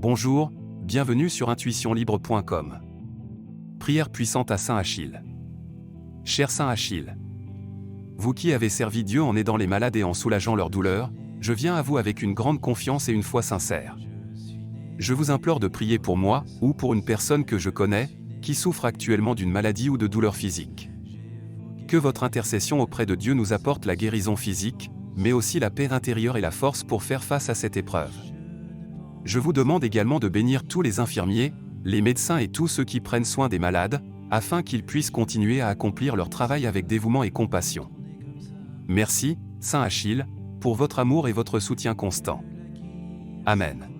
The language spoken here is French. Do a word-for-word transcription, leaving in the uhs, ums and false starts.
Bonjour, bienvenue sur intuition libre point com. Prière puissante à Saint Achille. Cher Saint Achille, vous qui avez servi Dieu en aidant les malades et en soulageant leurs douleurs, je viens à vous avec une grande confiance et une foi sincère. Je vous implore de prier pour moi, ou pour une personne que je connais, qui souffre actuellement d'une maladie ou de douleur physique. Que votre intercession auprès de Dieu nous apporte la guérison physique, mais aussi la paix intérieure et la force pour faire face à cette épreuve. Je vous demande également de bénir tous les infirmiers, les médecins et tous ceux qui prennent soin des malades, afin qu'ils puissent continuer à accomplir leur travail avec dévouement et compassion. Merci, Saint Achille, pour votre amour et votre soutien constant. Amen.